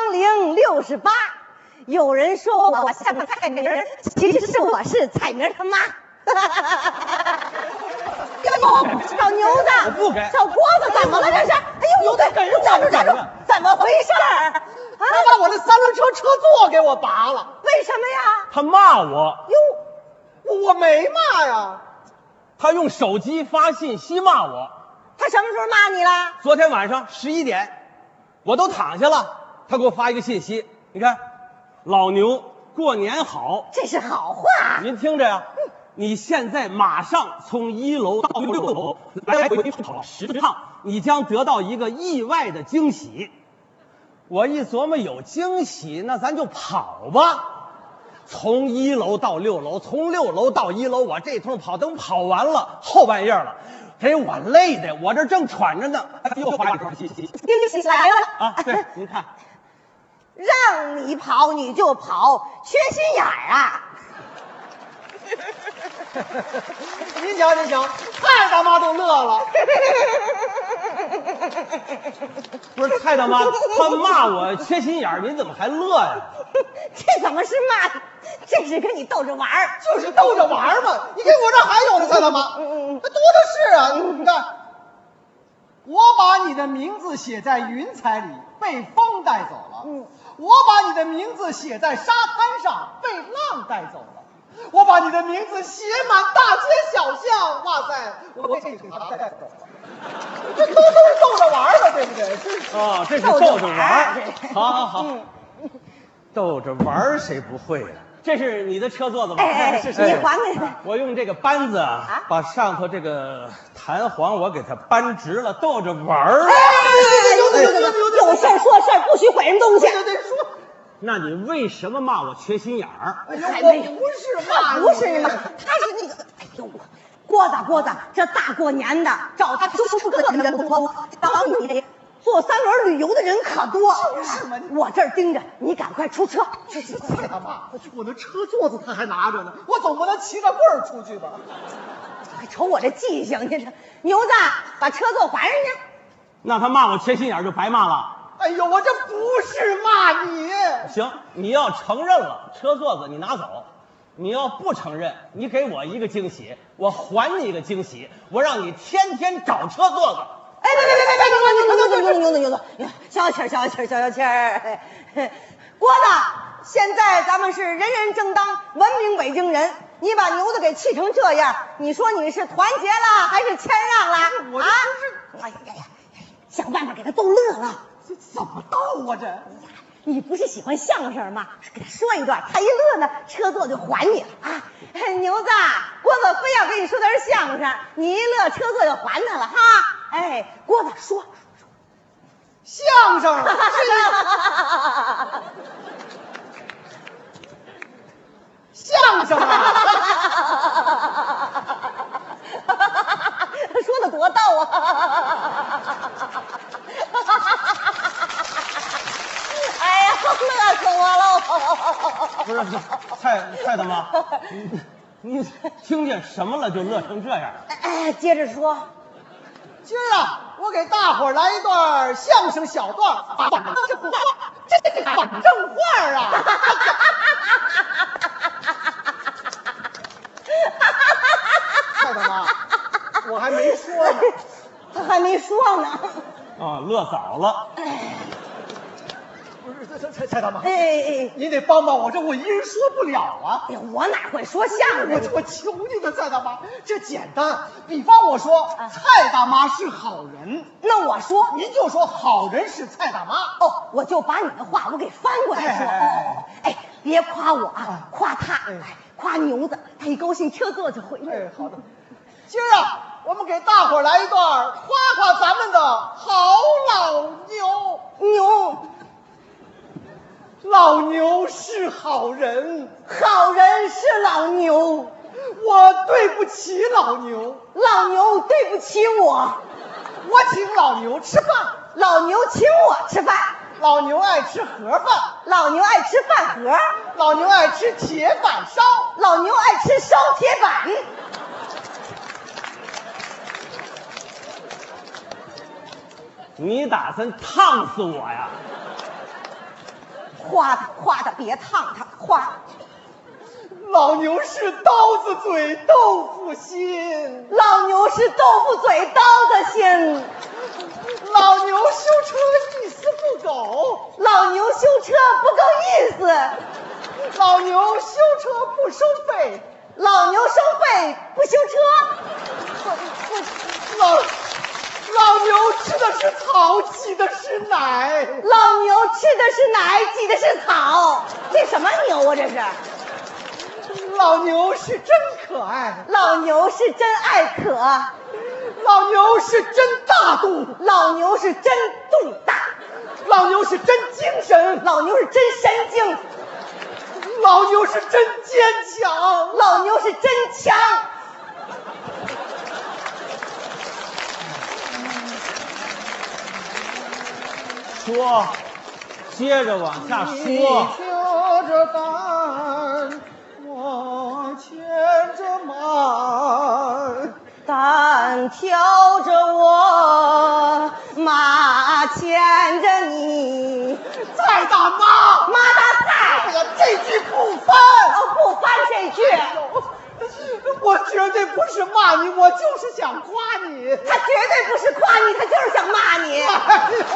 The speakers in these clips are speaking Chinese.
0068。有人说我像蔡明，其实我是蔡明他妈。小牛子， 我不给。 小郭子，怎么了这是？哎呦， 得给我站住！怎么回事？ 他把我的三轮车车座给我拔了。 为什么呀？ 他骂我。 哟，我没骂呀。 他用手机发信息骂我。 他什么时候骂你了？ 昨天晚上11点，我都躺下了，他给我发一个信息，你看，老牛过年好， 这是好话。 您听着呀，你现在马上从1楼到6楼来回跑10趟，你将得到一个意外的惊喜。我一琢磨，有惊喜，那咱就跑吧。从1楼到6楼，从6楼到1楼，我这通跑等跑完了，后半夜了。给我累的，我这正喘着呢，又发一条信息， 惊喜来了啊！对，您看， 让你跑你就跑，缺心眼儿啊！ 您瞧，蔡大妈都乐了。 不是蔡大妈，她骂我缺心眼儿，您怎么还乐呀？ 这怎么是骂？这是跟你逗着玩儿， 就是逗着玩儿嘛。你看我这还有呢，蔡大妈，多的是啊。你看，我把你的名字写在云彩里，被风带走了。我把你的名字写在沙滩上，被浪带走了。我把你的名字写满大街小巷，哇塞，我被这警察带走了。这都是逗着玩儿的，对不对？ 啊，这是逗着玩儿。好，逗着玩儿谁不会呀？这是你的车座子吧？ 是，你还给他。 我用这个扳子把上头这个弹簧我给它扳直了，逗着玩儿。 有事儿说事儿，不许毁人东西。 对，说。 那你为什么骂我缺心眼儿？ 哎呦，我不是骂你， 不是骂，他是那个。哎呦，郭子，这大过年的，找他就是个人不多，找你坐3轮旅游的人可多。 是吗？ 我这儿盯着，你赶快出车。 蔡大妈，我的车座子他还拿着呢，我总不能骑着棍儿出去吧？ 还瞅我这记性，你这牛子，把车座还人家。 那他骂我缺心眼儿就白骂了。 哎呦，我这不是骂你。 行，你要承认了，车座子你拿走；你要不承认，你给我一个惊喜，我还你一个惊喜，我让你天天找车座子。 哎，别，牛子，消气儿。郭子，现在咱们是人人正当，文明北京人。你把牛子给气成这样，你说你是团结了还是谦让了？ 我这不是， 哎呀，想办法给他逗乐了。 这怎么逗啊？这你不是喜欢相声吗？给他说一段，他一乐呢，车座就还你了啊！牛子，郭子非要跟你说段相声，你一乐，车座就还他了哈！哎，郭子说相声相声啊！ 说的多逗啊！哎呀，乐死我了！ 不是蔡大妈，你听见什么了就乐成这样？ 哎，接着说。 今儿啊，我给大伙儿来一段相声小段儿，这反正话啊！蔡大妈，我还没说呢， 他还没说呢。 啊，乐早了。 不是蔡大妈， 哎， 你得帮帮我，这我一人说不了啊！ 哎呀，我哪会说相声？ 我求你了，蔡大妈，这简单。比方我说蔡大妈是好人， 那我说您就说好人是蔡大妈。 哦，我就把你的话我给翻过来说。哎，别夸我啊，夸他，夸牛子，他一高兴车座就回来。 哎，好的。今儿啊，我们给大伙儿来一段夸夸咱们的好老牛。老牛是好人， 好人是老牛， 我对不起老牛， 老牛对不起我， 我请老牛吃饭， 老牛请我吃饭， 老牛爱吃盒饭， 老牛爱吃饭盒， 老牛爱吃铁板烧， 老牛爱吃烧铁板。 你打算烫死我呀？ 划它，别烫它，划。 老牛是刀子嘴豆腐心， 老牛是豆腐嘴刀子心， 老牛修车一丝不苟， 老牛修车不够意思， 老牛修车不收费， 老牛收费不修车， 老牛吃的是草，挤的是奶， 老牛吃的是奶，挤的是草，这什么牛啊这是？ 老牛是真可爱， 老牛是真爱可， 老牛是真大度， 老牛是真肚大， 老牛是真精神， 老牛是真神经， 老牛是真坚强， 老牛是真强。 说，接着往下说。 挑着担，我牵着马， 担挑着我，马牵着你。 在打马， 马大赛， 哎呀，这句不翻， 不翻这句， 我绝对不是骂你，我就是想夸你。 他绝对不是夸你，他就是想骂你。 哎呦，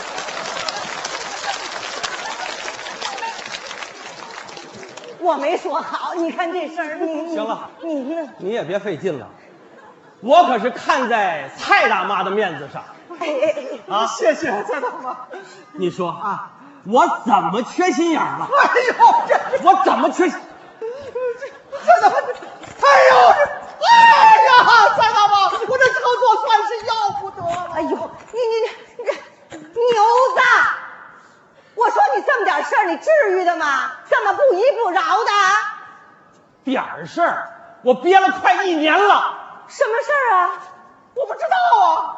我没说好，你看这事儿，你行了， 你呢？ 你也别费劲了，我可是看在蔡大妈的面子上啊！ 谢谢蔡大妈。 你说啊，我怎么缺心眼儿了？ 哎呦，这我怎么缺心？ 蔡大妈，哎呦，哎呀，蔡大妈，我这车座算是要不得了。 哎呦，你这牛子，我说你这么点事儿，你至于的吗？这么不依不饶的？ 点儿事儿，我憋了快1年了。 什么事儿啊？ 我不知道啊。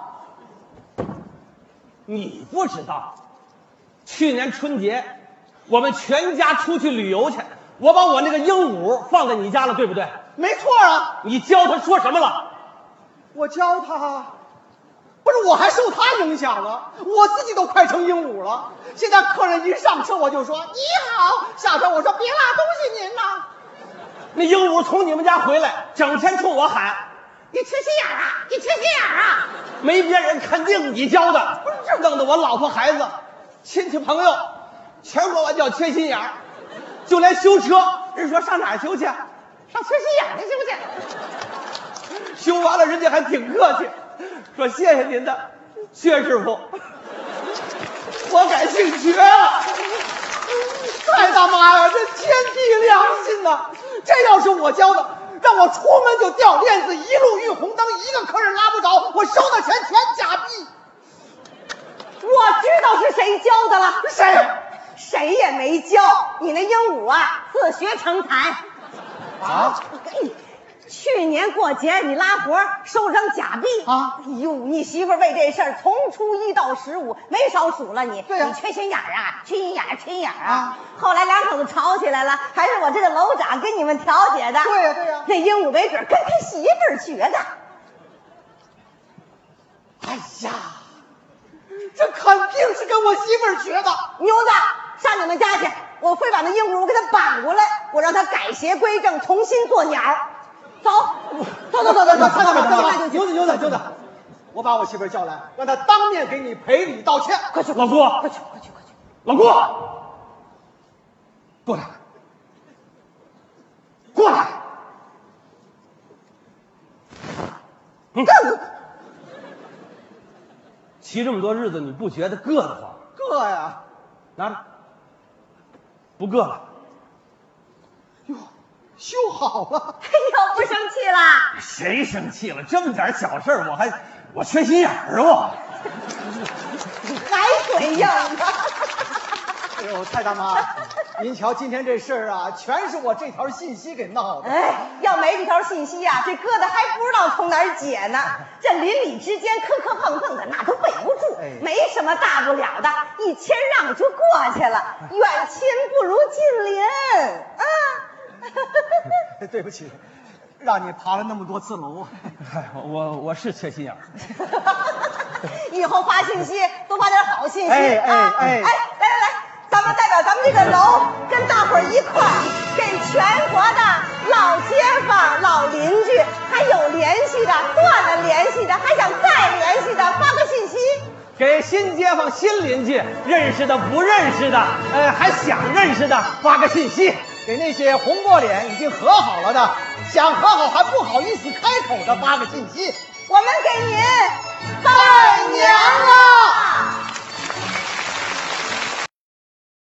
你不知道，去年春节我们全家出去旅游去，我把我那个鹦鹉放在你家了，对不对？ 没错啊， 你教他说什么了？ 我教他，不是我还受他影响了，我自己都快成鹦鹉了。现在客人一上车我就说你好，下车我说别拉东西您呐。 那鹦鹉从你们家回来，整天冲我喊：“ 你缺心眼啊！你缺心眼啊！” 没别人，肯定你教的，弄得我老婆孩子、亲戚朋友全管我叫缺心眼儿，就连修车，人说上哪儿修去？上缺心眼儿去修去。修完了，人家还挺客气，说谢谢您的，薛师傅，我改姓薛了。 蔡大妈呀，这天地良心呐！这要是我教的，让我出门就掉链子，一路遇红灯，一个客人拉不着，我收的钱全假币。 我知道是谁教的了， 谁？ 谁也没教。你那鹦鹉啊，自学成才。 啊？ 去年过节你拉活收张假币啊！ 哎呦，你媳妇为这事儿从初1到15没少数了你。 对呀， 你缺心眼儿啊，缺心眼儿，缺心眼儿啊！后来两口子吵起来了，还是我这个楼长跟你们调解的。 对呀对呀， 那鹦鹉没准跟他媳妇儿学的。 哎呀，这肯定是跟我媳妇儿学的。 牛子，上你们家去，我非把那鹦鹉我给他绑过来，我让他改邪归正，重新做鸟。走，走， 蔡大妈，牛子，我把我媳妇儿叫来，让她当面给你赔礼道歉。 快去， 老郭， 快去， 老郭，过来，过来。骑这么多日子，你不觉得硌得慌？ 硌呀！ 拿着，不硌了。 哟，修好了。 哎呦，不生气啦？ 谁生气了？这么点小事儿，我缺心眼儿啊！ 还嘴硬呢。 哎呦，蔡大妈，您瞧今天这事儿啊，全是我这条信息给闹的。 哎，要没这条信息啊，这疙瘩还不知道从哪儿解呢。这邻里之间磕碰的，那都背不住，没什么大不了的，一谦让就过去了。远亲不如近邻啊。 对不起，让你爬了那么多次楼。 哎，我是缺心眼儿。 以后发信息多发点好信息哎， 来，咱们要代表咱们这个楼跟大伙儿一块儿，给全国的老街坊、老邻居，还有联系的、断了联系的，还想再联系的，发个信息。 给新街坊、新邻居，认识的、不认识的，还想认识的，发个信息。 给那些红过脸已经和好了的，想和好还不好意思开口的，发个信息。 我们给您拜年了。